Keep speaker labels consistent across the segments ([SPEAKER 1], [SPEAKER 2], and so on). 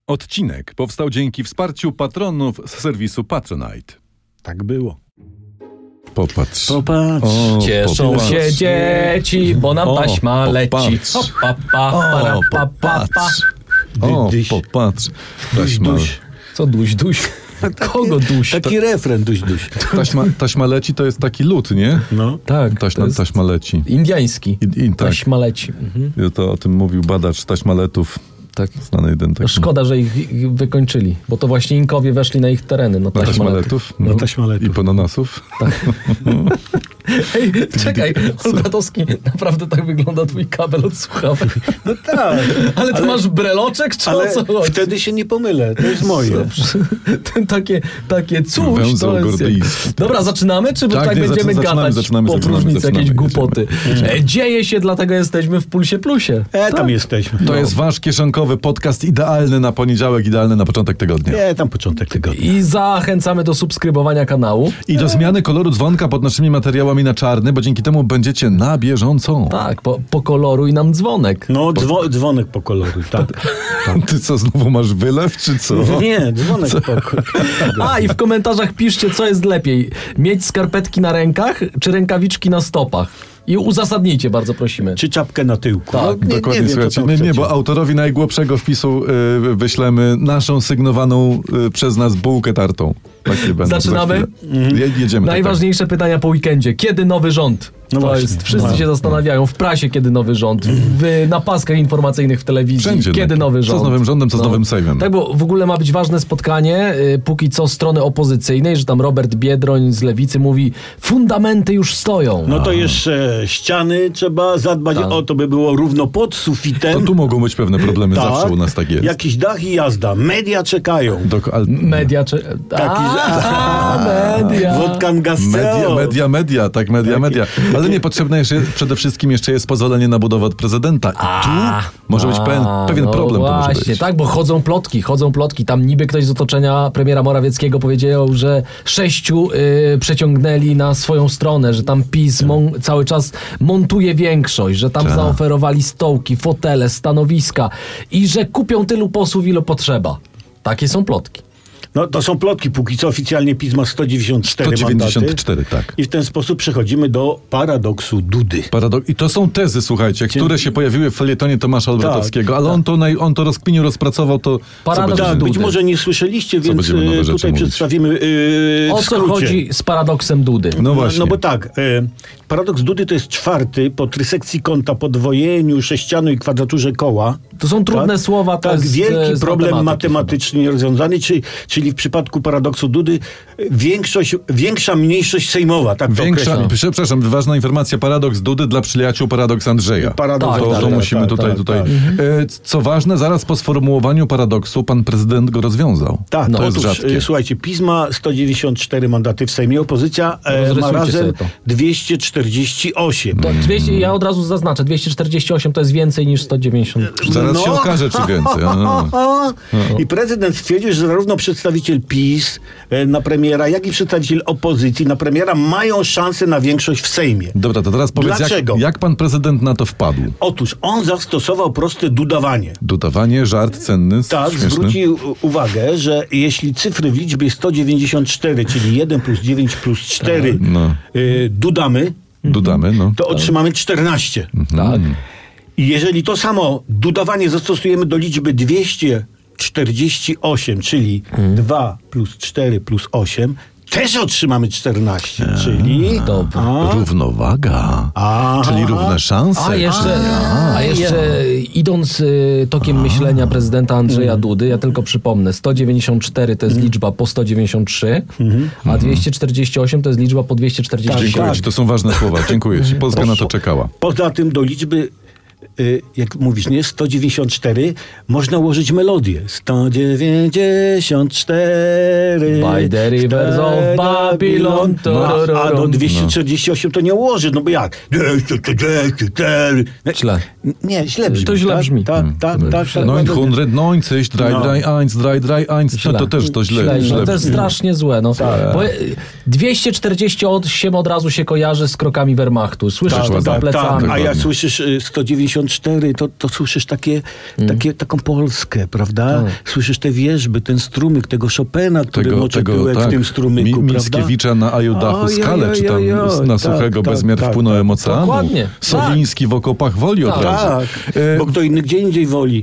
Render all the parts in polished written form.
[SPEAKER 1] Odcinek powstał dzięki wsparciu patronów z serwisu Patronite.
[SPEAKER 2] Tak było.
[SPEAKER 1] Popatrz.
[SPEAKER 2] Popatrz.
[SPEAKER 1] O,
[SPEAKER 3] Cieszą
[SPEAKER 1] popatrz.
[SPEAKER 3] się dzieci, bo nam taśma leci.
[SPEAKER 1] Popatrz.
[SPEAKER 3] Hop, pa, pa, para, pa, pa, pa.
[SPEAKER 1] O,
[SPEAKER 2] Dyś.
[SPEAKER 1] popatrz.
[SPEAKER 2] Duś, duś.
[SPEAKER 3] Co duś? Kogo duś?
[SPEAKER 2] Taki refren, duś.
[SPEAKER 1] Taśma leci to jest taki lód, nie?
[SPEAKER 2] No.
[SPEAKER 3] Tak, to jest
[SPEAKER 1] Taśma leci.
[SPEAKER 3] indiański.
[SPEAKER 1] Tak.
[SPEAKER 3] Taśma leci.
[SPEAKER 1] To o tym mówił badacz taśmaletów.
[SPEAKER 3] Tak.
[SPEAKER 1] Znany jeden taki.
[SPEAKER 3] Szkoda, że ich wykończyli, bo to właśnie Inkowie weszli na ich tereny. No,
[SPEAKER 1] Na taśmaletów?
[SPEAKER 2] No, taśmaletów.
[SPEAKER 1] I pononasów?
[SPEAKER 3] Hej, czekaj, Olbratowski, naprawdę tak wygląda twój kabel od słuchawek.
[SPEAKER 2] No tak.
[SPEAKER 3] Ale ty masz breloczek, czy
[SPEAKER 2] Ale
[SPEAKER 3] o co chodzi?
[SPEAKER 2] wtedy się nie pomylę, to jest moje.
[SPEAKER 3] Takie coś,
[SPEAKER 1] Węzeł
[SPEAKER 3] to jest...
[SPEAKER 1] gordyjski.
[SPEAKER 3] Dobra, zaczynamy, czy
[SPEAKER 1] Tak,
[SPEAKER 3] tak
[SPEAKER 1] nie,
[SPEAKER 3] będziemy gadać
[SPEAKER 1] zaczynamy,
[SPEAKER 3] po próżnicy jakieś
[SPEAKER 1] jedziemy.
[SPEAKER 3] głupoty? Dzieje się, dlatego jesteśmy w Pulsie Plusie.
[SPEAKER 2] Tam jesteśmy.
[SPEAKER 1] To jest wasz kieszonkowy podcast idealny na poniedziałek, idealny na początek tygodnia.
[SPEAKER 2] Nie, tam początek tygodnia.
[SPEAKER 3] I zachęcamy do subskrybowania kanału.
[SPEAKER 1] I do zmiany koloru dzwonka pod naszymi materiałami na czarny, bo dzięki temu będziecie na bieżąco.
[SPEAKER 3] Tak, pokoloruj nam dzwonek.
[SPEAKER 2] No, dzwonek po koloru, tak.
[SPEAKER 1] Ty co, znowu masz wylew, czy co?
[SPEAKER 2] Nie, dzwonek po koloru.
[SPEAKER 3] A, i w komentarzach piszcie, co jest lepiej. Mieć skarpetki na rękach, czy rękawiczki na stopach? I uzasadnijcie, bardzo prosimy.
[SPEAKER 2] Czy czapkę na tyłku.
[SPEAKER 3] Tak,
[SPEAKER 2] No,
[SPEAKER 1] Dokładnie,
[SPEAKER 2] wiem,
[SPEAKER 1] słuchajcie.
[SPEAKER 2] co tam
[SPEAKER 1] Nie,
[SPEAKER 2] chcecie.
[SPEAKER 1] bo autorowi najgłupszego wpisu wyślemy naszą sygnowaną przez nas bułkę tartą. Tak nie będę.
[SPEAKER 3] Zaczynamy?
[SPEAKER 1] Jedziemy.
[SPEAKER 3] Najważniejsze pytania po weekendzie. Kiedy nowy rząd?
[SPEAKER 2] No
[SPEAKER 3] To
[SPEAKER 2] właśnie.
[SPEAKER 3] jest, wszyscy
[SPEAKER 2] No.
[SPEAKER 3] się zastanawiają. W prasie kiedy nowy rząd? Na paskach informacyjnych w telewizji.
[SPEAKER 1] Wszędzie.
[SPEAKER 3] Kiedy nowy rząd?
[SPEAKER 1] Co z nowym rządem, co z nowym Sejmem.
[SPEAKER 3] Tak, bo w ogóle ma być ważne spotkanie, póki co strony opozycyjnej, że tam Robert Biedroń z Lewicy mówi, fundamenty już stoją.
[SPEAKER 2] No to jeszcze ściany trzeba zadbać
[SPEAKER 3] Tak.
[SPEAKER 2] o to, by było równo pod
[SPEAKER 1] To
[SPEAKER 2] sufitem.
[SPEAKER 1] tu mogą być pewne problemy, zawsze u nas tak jest.
[SPEAKER 2] Jakiś dach i jazda. Media czekają.
[SPEAKER 3] Media czy... media.
[SPEAKER 2] Wodkan Gastel.
[SPEAKER 1] Media. Ale niepotrzebne jeszcze przede wszystkim jeszcze jest pozwolenie na budowę od prezydenta. I tu może być pewien problem.
[SPEAKER 3] No
[SPEAKER 1] to może
[SPEAKER 3] właśnie,
[SPEAKER 1] być.
[SPEAKER 3] tak, bo chodzą plotki. Tam niby ktoś z otoczenia premiera Morawieckiego powiedział, że 6 przeciągnęli na swoją stronę, że tam PiS cały czas montuje większość, że tam zaoferowali stołki, fotele, stanowiska i że kupią tylu posłów, ile potrzeba. Takie są plotki.
[SPEAKER 2] No to są plotki. Póki co oficjalnie PiS ma 194 mandaty.
[SPEAKER 1] 194, tak.
[SPEAKER 2] I w ten sposób przechodzimy do paradoksu Dudy.
[SPEAKER 1] I to są tezy, słuchajcie, które się pojawiły w felietonie Tomasza Olbratowskiego, ale on to rozkminił, rozpracował, to
[SPEAKER 3] Paradoks
[SPEAKER 1] co
[SPEAKER 2] Tak,
[SPEAKER 1] będzie?
[SPEAKER 2] być może nie słyszeliście, więc
[SPEAKER 1] będziemy nowe rzeczy
[SPEAKER 2] tutaj
[SPEAKER 1] mówić?
[SPEAKER 2] przedstawimy
[SPEAKER 3] O
[SPEAKER 2] w
[SPEAKER 3] co
[SPEAKER 2] skrócie.
[SPEAKER 3] chodzi z paradoksem Dudy?
[SPEAKER 1] No właśnie.
[SPEAKER 2] No bo tak, paradoks Dudy to jest czwarty po trysekcji kąta, podwojeniu, sześcianu i kwadraturze koła.
[SPEAKER 3] To są trudne
[SPEAKER 2] tak?
[SPEAKER 3] słowa. To
[SPEAKER 2] Tak,
[SPEAKER 3] jest
[SPEAKER 2] wielki
[SPEAKER 3] z
[SPEAKER 2] problem
[SPEAKER 3] matematyki
[SPEAKER 2] matematyczny nierozwiązany, czyli w przypadku paradoksu Dudy większa mniejszość sejmowa, tak to określam.
[SPEAKER 1] Przepraszam, ważna informacja, paradoks Dudy dla przyjaciół paradoks Andrzeja.
[SPEAKER 2] Paradoks,
[SPEAKER 1] To musimy tutaj. Co ważne, zaraz po sformułowaniu paradoksu pan prezydent go rozwiązał.
[SPEAKER 2] Tak,
[SPEAKER 1] to jest
[SPEAKER 2] otóż,
[SPEAKER 1] rzadkie.
[SPEAKER 2] słuchajcie, PiS ma 194 mandaty w Sejmie, opozycja ma
[SPEAKER 3] Rozrysujcie
[SPEAKER 2] razem
[SPEAKER 3] sobie to.
[SPEAKER 2] 248.
[SPEAKER 3] To 200, ja od razu zaznaczę, 248 to jest więcej niż 190.
[SPEAKER 1] Zaraz się okaże, czy więcej.
[SPEAKER 2] I prezydent stwierdził, że zarówno przedstawiciel PiS na premiera, jak i przedstawiciel opozycji na premiera mają szansę na większość w Sejmie.
[SPEAKER 1] Dobra, to teraz powiedz,
[SPEAKER 2] Dlaczego?
[SPEAKER 1] jak pan prezydent na to wpadł?
[SPEAKER 2] Otóż on zastosował proste dudawanie.
[SPEAKER 1] Dudawanie, żart cenny,
[SPEAKER 2] Tak,
[SPEAKER 1] śmieszny.
[SPEAKER 2] zwrócił uwagę, że jeśli cyfry w liczbie 194, czyli 1 plus 9 plus 4 dudamy, to otrzymamy 14.
[SPEAKER 3] Tak.
[SPEAKER 2] I jeżeli to samo dudawanie zastosujemy do liczby 248, czyli 2 plus 4 plus 8, też otrzymamy 14, czyli...
[SPEAKER 1] Równowaga, czyli równe szanse.
[SPEAKER 3] A jeszcze idąc tokiem myślenia prezydenta Andrzeja Dudy, ja tylko przypomnę, 194 to jest liczba po 193, a 248 to jest liczba po 247.
[SPEAKER 1] Dziękuję ci, to są ważne słowa. Dziękuję ci. Polska na to czekała.
[SPEAKER 2] Poza tym do liczby, jak mówisz, nie? 194, można ułożyć melodię. 194.
[SPEAKER 3] By the rivers of Babylon.
[SPEAKER 2] A do 248 to nie ułoży, no bo jak?
[SPEAKER 3] Źle.
[SPEAKER 2] Nie, źle brzmi.
[SPEAKER 3] To źle
[SPEAKER 2] tak?
[SPEAKER 3] brzmi.
[SPEAKER 2] Tak.
[SPEAKER 1] 990, 333, to też to źle
[SPEAKER 3] To jest
[SPEAKER 1] brzmi.
[SPEAKER 3] strasznie złe. No. Bo 248 od razu się kojarzy z krokami Wehrmachtu. Słyszysz to za plecami.
[SPEAKER 2] A jak słyszysz 194, 94, to słyszysz taką Polskę, prawda? Słyszysz te wierzby, ten strumyk tego Chopina, który mocze tyłek w tym strumyku,
[SPEAKER 1] Mickiewicza na Ajudachu Skale, czy tam na Suchego bezmiar wpłynąłem oceanu.
[SPEAKER 3] Dokładnie.
[SPEAKER 1] Sowiński w okopach Woli od razu.
[SPEAKER 2] Tak, bo kto inny gdzie indziej woli.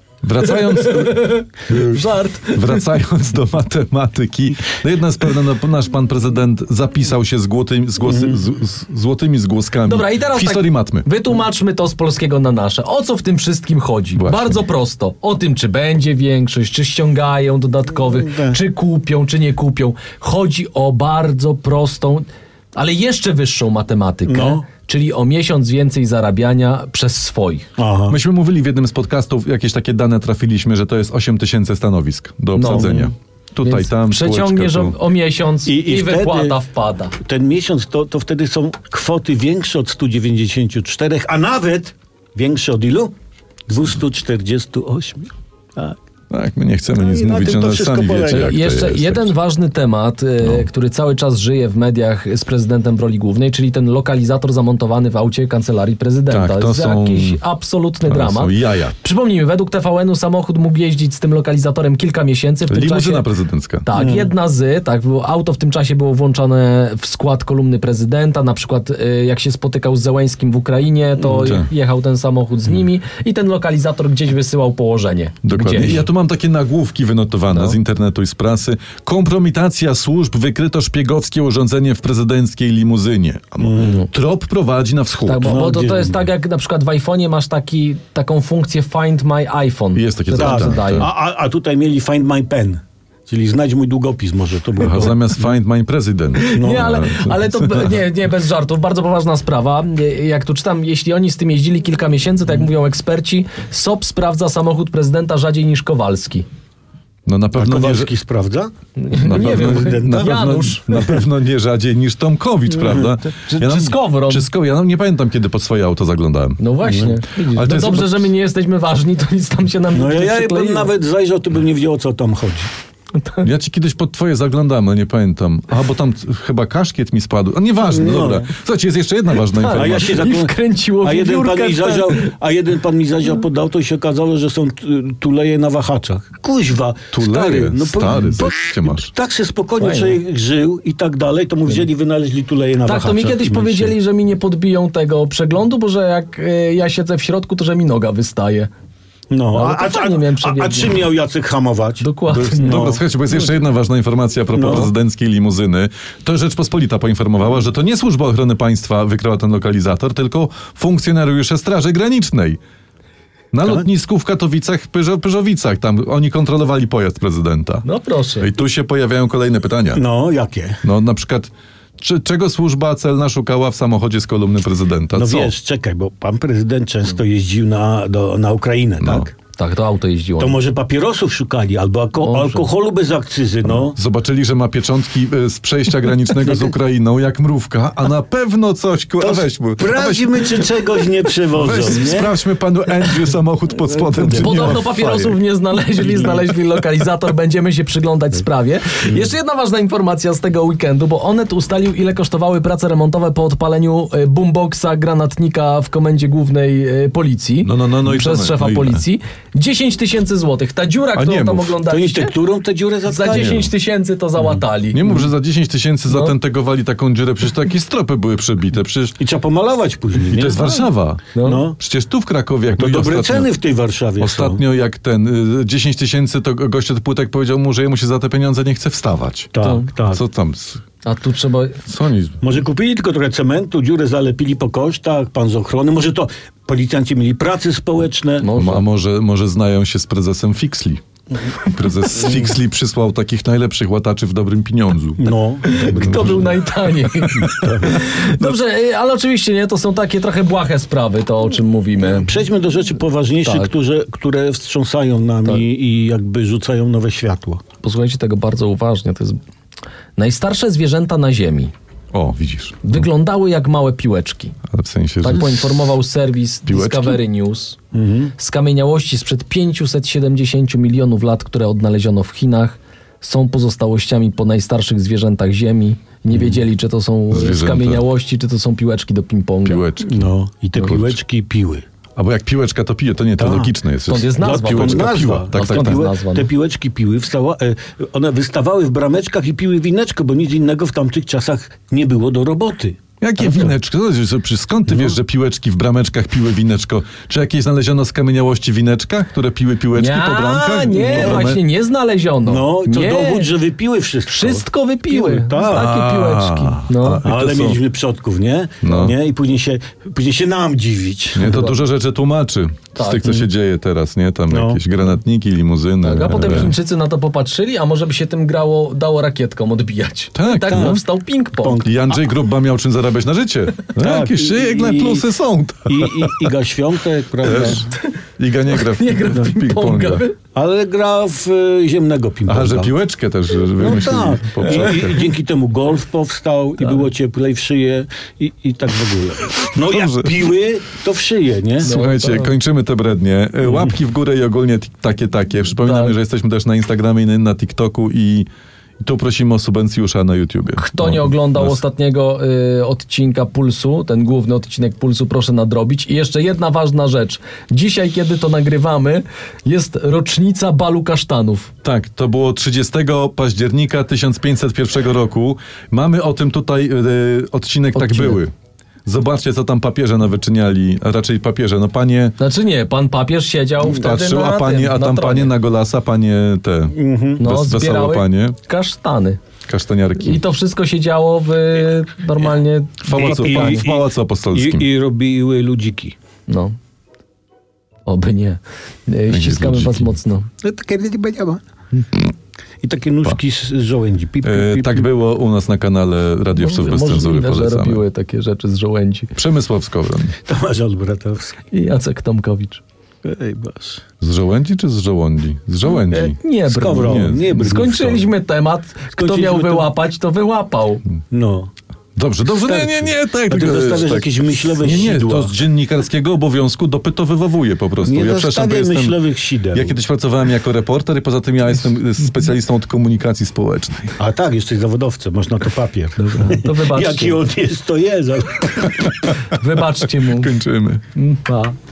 [SPEAKER 1] Wracając do matematyki, no jedna jest pewna, nasz pan prezydent zapisał się złotymi zgłoskami.
[SPEAKER 3] Dobra, i teraz
[SPEAKER 1] w historii matmy.
[SPEAKER 3] Wytłumaczmy to z polskiego na nasze. O co w tym wszystkim chodzi?
[SPEAKER 1] Właśnie.
[SPEAKER 3] Bardzo prosto. O tym, czy będzie większość, czy ściągają dodatkowych, czy kupią, czy nie kupią. Chodzi o bardzo prostą, ale jeszcze wyższą matematykę. Czyli o miesiąc więcej zarabiania przez swoich.
[SPEAKER 1] Aha. Myśmy mówili w jednym z podcastów, jakieś takie dane trafiliśmy, że to jest 8 000 stanowisk do obsadzenia. Tutaj,
[SPEAKER 3] więc
[SPEAKER 1] tam,
[SPEAKER 3] przeciągniesz
[SPEAKER 1] spółeczka,
[SPEAKER 3] o miesiąc i wypłata wpada.
[SPEAKER 2] Ten miesiąc to wtedy są kwoty większe od 194, a nawet większe od ilu? 248. Tak.
[SPEAKER 1] Tak, my nie chcemy nic mówić, ale sami wiecie, jak
[SPEAKER 3] jeszcze
[SPEAKER 1] to jest.
[SPEAKER 3] jeden ważny temat, który cały czas żyje w mediach z prezydentem w roli głównej, czyli ten lokalizator zamontowany w aucie kancelarii prezydenta.
[SPEAKER 1] Tak,
[SPEAKER 3] to jest jakiś absolutny dramat.
[SPEAKER 1] Są jaja.
[SPEAKER 3] Przypomnijmy, według TVN-u samochód mógł jeździć z tym lokalizatorem kilka miesięcy. W tym
[SPEAKER 1] Limuzyna
[SPEAKER 3] czasie,
[SPEAKER 1] prezydencka.
[SPEAKER 3] Tak, auto w tym czasie było włączone w skład kolumny prezydenta, na przykład jak się spotykał z Zełenськim w Ukrainie, to jechał ten samochód z nimi i ten lokalizator gdzieś wysyłał położenie.
[SPEAKER 1] Dokładnie.
[SPEAKER 3] Gdzieś.
[SPEAKER 1] Ja tu mam takie nagłówki wynotowane z internetu i z prasy. Kompromitacja służb, wykryto szpiegowskie urządzenie w prezydenckiej limuzynie. Trop prowadzi na wschód.
[SPEAKER 3] Tak, bo to jest tak, jak na przykład w iPhone'ie masz taką funkcję Find My iPhone.
[SPEAKER 1] Jest takie
[SPEAKER 2] A tutaj mieli Find My Pen. Czyli znajdź mój długopis może to było.
[SPEAKER 1] Zamiast Find My President.
[SPEAKER 3] Nie, ale to nie, bez żartów. Bardzo poważna sprawa. Jak tu czytam, jeśli oni z tym jeździli kilka miesięcy, tak jak mówią eksperci, SOP sprawdza samochód prezydenta rzadziej niż Kowalski.
[SPEAKER 1] No na pewno
[SPEAKER 2] Kowalski sprawdza?
[SPEAKER 3] Nie wiem, Janusz.
[SPEAKER 1] Na pewno nie rzadziej niż Tomkowicz, prawda?
[SPEAKER 3] Czy Skowron.
[SPEAKER 1] Ja nie pamiętam, kiedy pod swoje auto zaglądałem.
[SPEAKER 3] No właśnie. Widzisz, ale dobrze, że my nie jesteśmy ważni, to nic tam się nam nie
[SPEAKER 2] ja bym nawet zajrzał, to bym nie wiedział, o co tam chodzi.
[SPEAKER 1] Ja ci kiedyś pod twoje zaglądałem, ale nie pamiętam. Bo tam chyba kaszkiet mi spadł. Nieważne, dobra. Słuchajcie, jest jeszcze jedna ważna informacja.
[SPEAKER 3] I wkręciło
[SPEAKER 2] jeden pan mi zajrzał pod auto i się okazało, że są tuleje na wahaczach. Kuźwa,
[SPEAKER 1] tuleje, stary, masz.
[SPEAKER 2] Tak się spokojnie człowiek żył i tak dalej, to mu wzięli, wynaleźli tuleje na wahaczach.
[SPEAKER 3] Tak, to mi kiedyś powiedzieli, że mi nie podbiją tego przeglądu, bo że jak ja siedzę w środku, to że mi noga wystaje.
[SPEAKER 2] A czym miał Jacek hamować?
[SPEAKER 3] Dokładnie.
[SPEAKER 1] Dobra, słuchajcie, bo jest jeszcze jedna ważna informacja a propos prezydenckiej limuzyny. To Rzeczpospolita poinformowała, że to nie Służba Ochrony Państwa wykryła ten lokalizator, tylko funkcjonariusze Straży Granicznej. Na lotnisku w Katowicach, Pyrzowicach. Tam oni kontrolowali pojazd prezydenta.
[SPEAKER 3] No proszę.
[SPEAKER 1] I tu się pojawiają kolejne pytania.
[SPEAKER 2] No, jakie?
[SPEAKER 1] No, na przykład... Czego służba celna szukała w samochodzie z kolumny prezydenta?
[SPEAKER 2] No wiesz, czekaj, bo pan prezydent często jeździł na Ukrainę, tak?
[SPEAKER 3] Tak, to auto jeździło.
[SPEAKER 2] To może papierosów szukali, albo alkoholu bez akcyzy,
[SPEAKER 1] Zobaczyli, że ma pieczątki z przejścia granicznego z Ukrainą, jak mrówka, a na pewno coś...
[SPEAKER 2] Sprawdźmy, czy czegoś nie przewożą,
[SPEAKER 1] Sprawdźmy panu Andrew samochód pod spodem, czy
[SPEAKER 3] podobno papierosów nie znaleźli lokalizator, będziemy się przyglądać sprawie. Jeszcze jedna ważna informacja z tego weekendu, bo Onet ustalił, ile kosztowały prace remontowe po odpaleniu boomboxa granatnika w Komendzie Głównej Policji przez szefa policji. 10 000 złotych. Ta dziura, którą tam oglądaliście,
[SPEAKER 2] którą tę dziurę
[SPEAKER 3] za 10 000 to załatali.
[SPEAKER 1] Nie mów, że za 10 000 zatentegowali taką dziurę, przecież takie stropy były przebite.
[SPEAKER 2] I trzeba pomalować później.
[SPEAKER 1] I to jest Warszawa. Przecież tu w Krakowie... Jak
[SPEAKER 2] to dobre ceny w tej Warszawie
[SPEAKER 1] ostatnio są. Jak 10 000, to gość od płytek powiedział mu, że jemu się za te pieniądze nie chce wstawać.
[SPEAKER 2] Tak.
[SPEAKER 1] Co tam...
[SPEAKER 3] A tu trzeba...
[SPEAKER 2] Może kupili tylko trochę cementu, dziurę zalepili po kosztach, pan z ochrony, może to policjanci mieli prace społeczne.
[SPEAKER 1] A może znają się z prezesem Fixli. Prezes z Fixli przysłał takich najlepszych łataczy w dobrym pieniądzu.
[SPEAKER 3] Kto był najtaniej. Dobrze, ale oczywiście to są takie trochę błahe sprawy, to o czym mówimy.
[SPEAKER 2] Przejdźmy do rzeczy poważniejszych, które wstrząsają nami i jakby rzucają nowe światło.
[SPEAKER 3] Posłuchajcie tego bardzo uważnie. To jest najstarsze zwierzęta na Ziemi.
[SPEAKER 1] O, widzisz.
[SPEAKER 3] Wyglądały jak małe piłeczki.
[SPEAKER 1] Ale w sensie,
[SPEAKER 3] tak poinformował serwis Discovery News. Skamieniałości sprzed 570 milionów lat, które odnaleziono w Chinach, są pozostałościami po najstarszych zwierzętach Ziemi. Nie wiedzieli, czy to są skamieniałości, czy to są piłeczki do ping-ponga.
[SPEAKER 1] Piłeczki.
[SPEAKER 2] I te piłeczki piły.
[SPEAKER 1] A bo jak piłeczka to pije, to nie, to logiczne jest.
[SPEAKER 3] Stąd jest nazwa.
[SPEAKER 1] Piłeczka
[SPEAKER 2] Nazwa.
[SPEAKER 1] piła. Tak,
[SPEAKER 3] Stąd jest nazwa.
[SPEAKER 2] Te piłeczki piły, one wystawały w brameczkach i piły wineczko, bo nic innego w tamtych czasach nie było do roboty.
[SPEAKER 1] Jakie wineczko? Skąd ty wiesz, że piłeczki w brameczkach piły wineczko? Czy jakieś znaleziono skamieniałości wineczka, które piły piłeczki po bramkach?
[SPEAKER 3] Nie, właśnie nie znaleziono.
[SPEAKER 2] No, to
[SPEAKER 3] nie.
[SPEAKER 2] dowód, że wypiły wszystko.
[SPEAKER 3] Wszystko wypiły.
[SPEAKER 2] Piły, tak.
[SPEAKER 3] Takie piłeczki. No.
[SPEAKER 2] Ale
[SPEAKER 1] są-
[SPEAKER 2] mieliśmy przodków, nie?
[SPEAKER 1] No.
[SPEAKER 2] Nie? I później się nam dziwić.
[SPEAKER 1] Nie, to dużo rzeczy tłumaczy z
[SPEAKER 3] Tak.
[SPEAKER 1] tych, co się dzieje teraz, nie? Tam
[SPEAKER 2] No.
[SPEAKER 1] jakieś granatniki, limuzyny.
[SPEAKER 3] Tak, a potem Chińczycy na to popatrzyli, a może by się tym dało rakietką odbijać.
[SPEAKER 1] Tak,
[SPEAKER 3] I tak
[SPEAKER 1] tak.
[SPEAKER 3] powstał ping-pong.
[SPEAKER 1] I Andrzej Grubba miał czym zarabiać na życie. Tak, jakieś plusy są.
[SPEAKER 2] Iga Świątek, prawda?
[SPEAKER 1] Iga nie gra w
[SPEAKER 3] Nie gra w ping-ponga.
[SPEAKER 2] Ale gra w ziemnego ping-ponga.
[SPEAKER 1] Aha, że piłeczkę też
[SPEAKER 2] No
[SPEAKER 1] wymyślili.
[SPEAKER 2] tak.
[SPEAKER 1] po brzegach.
[SPEAKER 2] I dzięki temu golf powstał i było cieplej w szyję i tak w ogóle. No
[SPEAKER 1] Dobrze.
[SPEAKER 2] jak piły, to w szyję, nie?
[SPEAKER 1] Słuchajcie, kończymy te brednie. Łapki w górę i ogólnie takie. Przypominamy,
[SPEAKER 3] Tak.
[SPEAKER 1] że jesteśmy też na Instagramie, na TikToku i tu prosimy o subencjusza na YouTubie.
[SPEAKER 3] Kto nie oglądał ostatniego odcinka Pulsu, ten główny odcinek Pulsu, proszę nadrobić. I jeszcze jedna ważna rzecz. Dzisiaj, kiedy to nagrywamy, jest rocznica balu kasztanów.
[SPEAKER 1] Tak, to było 30 października 1501 roku. Mamy o tym tutaj odcinek Tak
[SPEAKER 3] Odcinek.
[SPEAKER 1] były. Zobaczcie, co tam papieże nawyczyniali, a raczej papieże. No panie
[SPEAKER 3] Znaczy nie, pan papież siedział wtedy
[SPEAKER 1] patrzył,
[SPEAKER 3] na
[SPEAKER 1] tam
[SPEAKER 3] tronie.
[SPEAKER 1] panie na golasa, panie te
[SPEAKER 3] No,
[SPEAKER 1] wesołe
[SPEAKER 3] zbierały
[SPEAKER 1] panie,
[SPEAKER 3] kasztany.
[SPEAKER 1] kasztaniarki.
[SPEAKER 3] I to wszystko się działo w normalnie...
[SPEAKER 1] W Pałacu Apostolskim.
[SPEAKER 2] I robiły ludziki.
[SPEAKER 3] No. Oby nie. Ściskamy was
[SPEAKER 1] ludziki.
[SPEAKER 3] mocno.
[SPEAKER 2] I takie nóżki z żołędzi. Pip, pip, pip,
[SPEAKER 1] Tak
[SPEAKER 2] pip.
[SPEAKER 1] było u nas na kanale Radiowców bez cenzury,
[SPEAKER 3] Możliwe, że
[SPEAKER 1] polecamy.
[SPEAKER 3] robiły takie rzeczy z żołędzi.
[SPEAKER 1] Przemysław Skowron.
[SPEAKER 2] Tomasz Olbratowski.
[SPEAKER 3] I Jacek Tomkowicz.
[SPEAKER 2] Ej, boż.
[SPEAKER 1] Z żołędzi czy z żołądzi? Z żołędzi.
[SPEAKER 3] Nie,
[SPEAKER 2] Skowron,
[SPEAKER 3] brnij.
[SPEAKER 2] nie brnij w
[SPEAKER 3] Skończyliśmy temat. Kto
[SPEAKER 2] Skończyliśmy
[SPEAKER 3] miał
[SPEAKER 2] to-
[SPEAKER 3] wyłapać, to wyłapał.
[SPEAKER 2] No.
[SPEAKER 1] Dobrze, nie, tak.
[SPEAKER 2] A ty
[SPEAKER 1] tylko,
[SPEAKER 2] zostawiasz
[SPEAKER 1] tak.
[SPEAKER 2] jakieś myślowe
[SPEAKER 1] Nie,
[SPEAKER 2] sidła.
[SPEAKER 1] to z dziennikarskiego obowiązku dopytowywowuję po prostu.
[SPEAKER 2] Nie
[SPEAKER 1] przepraszam,
[SPEAKER 2] zostawiaj myślowych sideł.
[SPEAKER 1] Ja kiedyś pracowałem jako reporter i poza tym ja jestem specjalistą od komunikacji społecznej.
[SPEAKER 2] A tak, jesteś zawodowcem, masz na to papier.
[SPEAKER 3] To wybaczcie.
[SPEAKER 2] Jaki on jest, to jest.
[SPEAKER 3] Wybaczcie mu.
[SPEAKER 1] Kończymy.
[SPEAKER 3] Pa.